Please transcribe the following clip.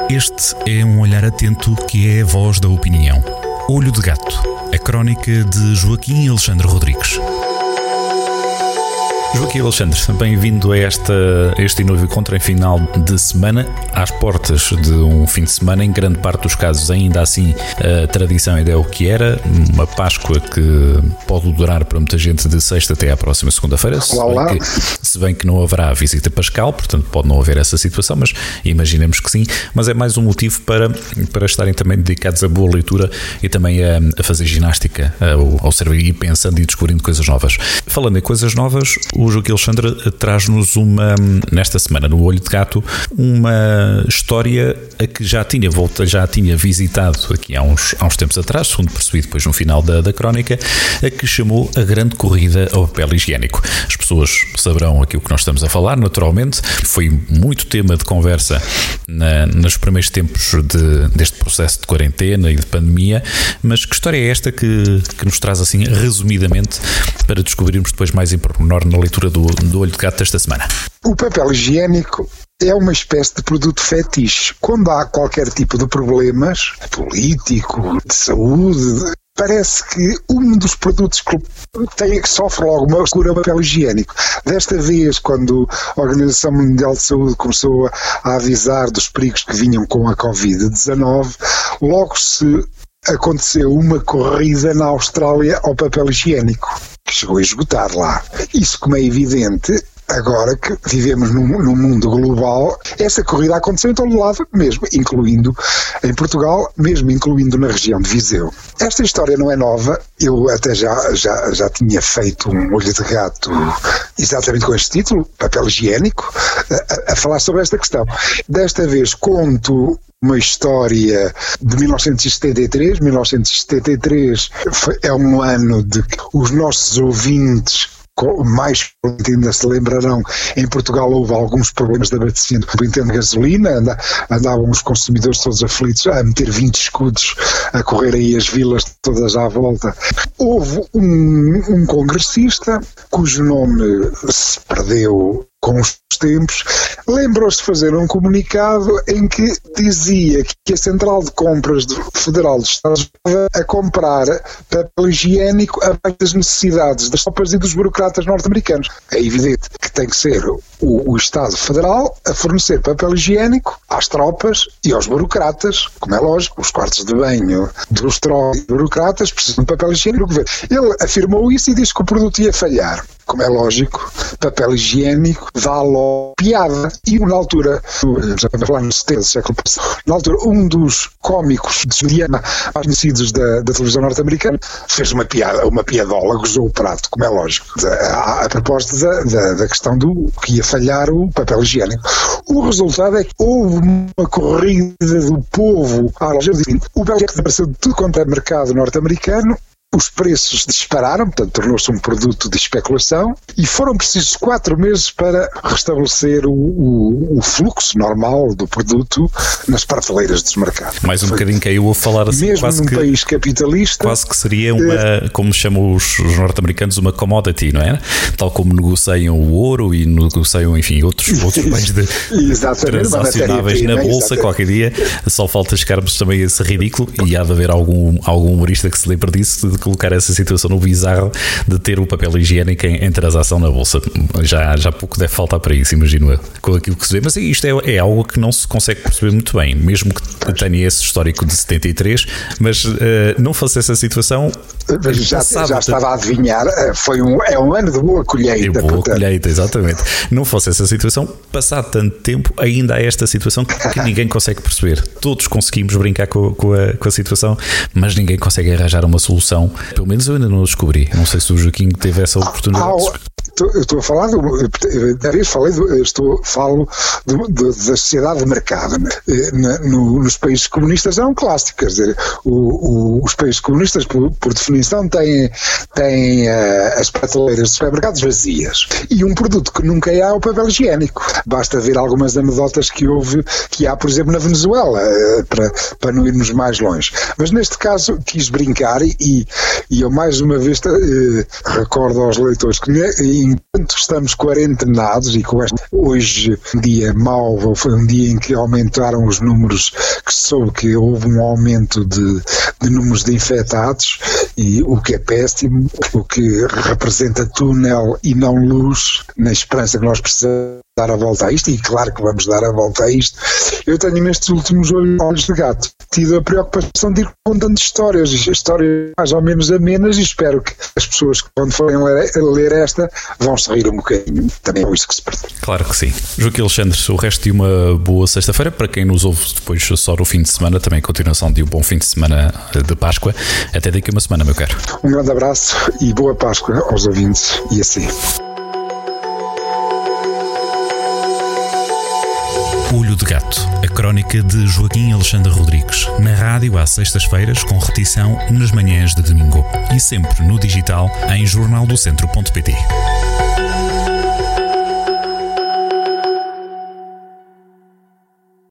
Este é um olhar atento que é a voz da opinião. Olho de Gato, a crónica de Joaquim Alexandre Rodrigues. Joaquim Alexandre, bem-vindo a este novo encontro em final de semana, às portas de um fim de semana, em grande parte dos casos ainda assim a tradição ainda é o que era, uma Páscoa que pode durar para muita gente de sexta até à próxima segunda-feira, se bem que não haverá visita pascal, portanto pode não haver essa situação, mas imaginemos que sim, mas é mais um motivo para estarem também dedicados a boa leitura e também a fazer ginástica ao cérebro e pensando e descobrindo coisas novas. Falando em coisas novas, o Joaquim Alexandre traz-nos nesta semana, no Olho de Gato, uma história a que já tinha visitado aqui há uns tempos atrás, segundo percebi depois no final da crónica, a que chamou a grande corrida ao papel higiênico. As pessoas saberão aquilo que nós estamos a falar, naturalmente, foi muito tema de conversa nos primeiros tempos deste processo de quarentena e de pandemia, mas que história é esta que nos traz assim resumidamente para descobrirmos depois mais em pormenor na leitura do Olho de Gato desta semana? O papel higiênico é uma espécie de produto fetiche. Quando há qualquer tipo de problemas político, de saúde, parece que um dos produtos que sofre logo uma cura é o papel higiênico. Desta vez, quando a Organização Mundial de Saúde começou a avisar dos perigos que vinham com a Covid-19, logo se aconteceu uma corrida na Austrália ao papel higiênico, que chegou a esgotar lá. Isso, como é evidente, agora que vivemos num mundo global, essa corrida aconteceu em todo lado mesmo, incluindo em Portugal, mesmo incluindo na região de Viseu. Esta história não é nova, eu até já tinha feito um Olho de Gato exatamente com este título, papel higiênico, a falar sobre esta questão. Desta vez conto uma história de 1973. 1973 é um ano de que os nossos ouvintes mais ainda se lembrarão, em Portugal houve alguns problemas de abastecimento de gasolina, andavam os consumidores todos aflitos a meter 20 escudos, a correr aí as vilas todas à volta. Houve um congressista cujo nome se perdeu com os tempos, lembrou-se de fazer um comunicado em que dizia que a Central de Compras Federal dos Estados Unidos a comprar papel higiênico abaixo das necessidades das tropas e dos burocratas norte-americanos. É evidente que tem que ser o Estado Federal a fornecer papel higiênico às tropas e aos burocratas, como é lógico, os quartos de banho dos tropas e burocratas precisam de papel higiênico do governo. Ele afirmou isso e disse que o produto ia falhar. Como é lógico, papel higiênico dá logo piada. E na altura, já falar no 70 do século passado, na altura um dos cómicos de Juliana mais conhecidos da televisão norte-americana fez uma piadola, gozou o prato, como é lógico, a propósito da questão do que ia falhar o papel higiênico. O resultado é que houve uma corrida do povo à loja de o papel higiênico apareceu de tudo quanto é mercado norte-americano. Os preços dispararam, portanto tornou-se um produto de especulação e foram precisos 4 meses para restabelecer o fluxo normal do produto nas prateleiras dos mercados. Mais um bocadinho que eu a falar assim, mesmo num país capitalista. Quase que seria uma, como chamam os norte-americanos, uma commodity, não é? Tal como negociam o ouro e negociam, enfim, outros bens transacionáveis na bolsa, qualquer dia. Só falta chegarmos também a esse ridículo e há de haver algum humorista que se lembre disso, de colocar essa situação no bizarro de ter o papel higiênico em transação na bolsa. Já pouco deve faltar para isso, imagino eu, com aquilo que se vê. Mas isto é algo que não se consegue perceber muito bem, mesmo que tenha esse histórico de 73, mas não fosse essa situação... Já estava a adivinhar, é um ano de boa colheita. Colheita, exatamente. Não fosse essa situação, passado tanto tempo, ainda há esta situação que ninguém consegue perceber. Todos conseguimos brincar com a situação, mas ninguém consegue arranjar uma solução. Pelo menos eu ainda não a descobri. Não sei se o Joaquim teve essa oportunidade. Eu estou a falar, falo da sociedade de mercado. Nos países comunistas é um clássico, quer dizer, os países comunistas, por definição, têm as prateleiras dos supermercados vazias. E um produto que nunca há é o papel higiênico. Basta ver algumas anedotas que há, por exemplo, na Venezuela, para não irmos mais longe. Mas neste caso quis brincar e eu mais uma vez recordo aos leitores que enquanto estamos quarentenados e com hoje um dia mau, foi um dia em que aumentaram os números, que se soube que houve um aumento de números de infectados, e o que é péssimo, o que representa túnel e não luz, na esperança que nós precisamos dar a volta a isto, e claro que vamos dar a volta a isto. Eu tenho nestes últimos olhos de gato tido a preocupação de ir contando histórias mais ou menos amenas, e espero que as pessoas que quando forem ler esta vão se rir um bocadinho. Também é isso que se pretende. Claro que sim. Joaquim Alexandre, o resto de uma boa sexta-feira. Para quem nos ouve depois só no fim de semana, também a continuação de um bom fim de semana de Páscoa. Até daqui a uma semana, meu caro. Um grande abraço e boa Páscoa aos ouvintes, e assim. Olho de Gato, a crónica de Joaquim Alexandre Rodrigues, na rádio às sextas-feiras, com repetição nas manhãs de domingo e sempre no digital em jornaldocentro.pt.